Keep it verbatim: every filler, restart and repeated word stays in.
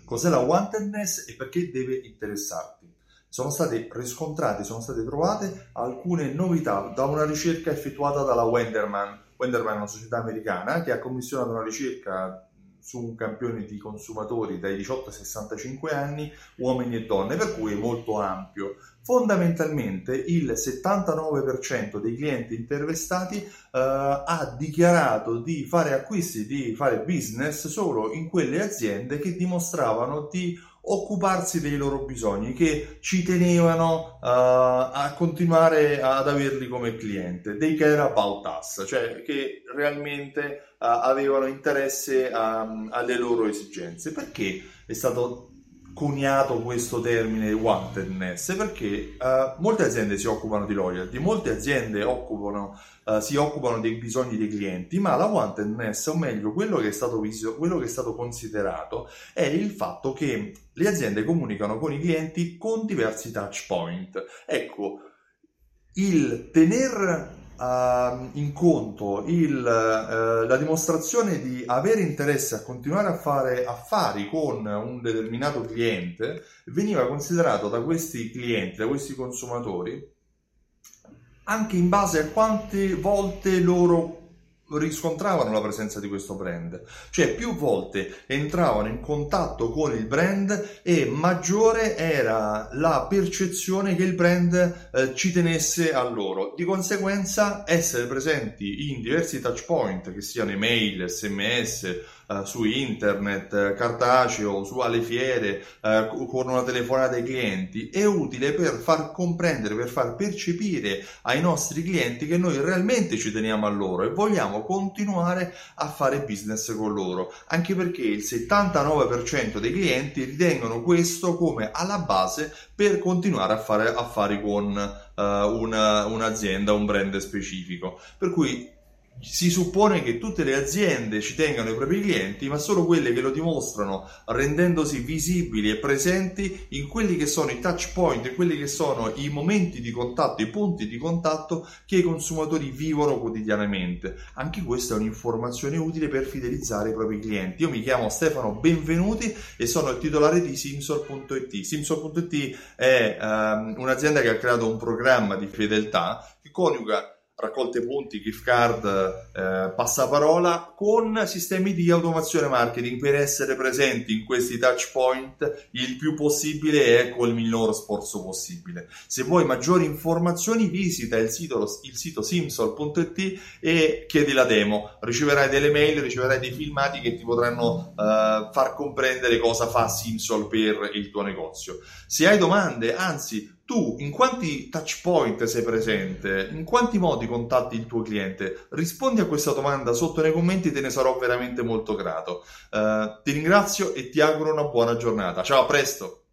cos'è la wantedness e perché deve interessarti. Sono state riscontrate, sono state trovate alcune novità da una ricerca effettuata dalla Wenderman. Wenderman è una società americana che ha commissionato una ricerca su un campione di consumatori dai diciotto ai sessantacinque anni, uomini e donne, per cui è molto ampio. Fondamentalmente il settantanove per cento dei clienti intervistati eh, ha dichiarato di fare acquisti, di fare business solo in quelle aziende che dimostravano di occuparsi dei loro bisogni, che ci tenevano uh, a continuare ad averli come cliente, they care about us, cioè che realmente uh, avevano interesse a, alle loro esigenze. Perché è stato coniato questo termine wantedness? Perché uh, molte aziende si occupano di loyalty, molte aziende occupano, uh, si occupano dei bisogni dei clienti, ma la wantedness, o meglio quello che è stato visto, quello che è stato considerato, è il fatto che le aziende comunicano con i clienti con diversi touch point. Ecco, il tener Uh, in conto il, uh, la dimostrazione di avere interesse a continuare a fare affari con un determinato cliente veniva considerato da questi clienti, da questi consumatori, anche in base a quante volte loro riscontravano la presenza di questo brand, cioè più volte entravano in contatto con il brand e maggiore era la percezione che il brand eh, ci tenesse a loro. Di conseguenza essere presenti in diversi touch point, che siano email, sms, eh, su internet, eh, cartaceo, su alle fiere, eh, con una telefonata ai clienti, è utile per far comprendere, per far percepire ai nostri clienti che noi realmente ci teniamo a loro e vogliamo continuare a fare business con loro, anche perché il settantanove per cento dei clienti ritengono questo come alla base per continuare a fare affari con uh, una, un'azienda, un brand specifico. Per cui si suppone che tutte le aziende ci tengano i propri clienti, ma solo quelle che lo dimostrano rendendosi visibili e presenti in quelli che sono i touch point, quelli che sono i momenti di contatto, i punti di contatto che i consumatori vivono quotidianamente. Anche questa è un'informazione utile per fidelizzare i propri clienti. Io mi chiamo Stefano Benvenuti e sono il titolare di Simsol punto it. Simsol punto it è um, un'azienda che ha creato un programma di fedeltà che coniuga raccolte punti, gift card, eh, passaparola con sistemi di automazione marketing per essere presenti in questi touch point il più possibile e con il minor sforzo possibile. Se vuoi maggiori informazioni visita il sito, il sito Simsol punto it e chiedi la demo, riceverai delle mail, riceverai dei filmati che ti potranno eh, far comprendere cosa fa Simsol per il tuo negozio. Se hai domande, anzi tu in quanti touch point sei presente? In quanti modi contatti il tuo cliente? Rispondi a questa domanda sotto nei commenti, te ne sarò veramente molto grato. Uh, ti ringrazio e ti auguro una buona giornata. Ciao, a presto!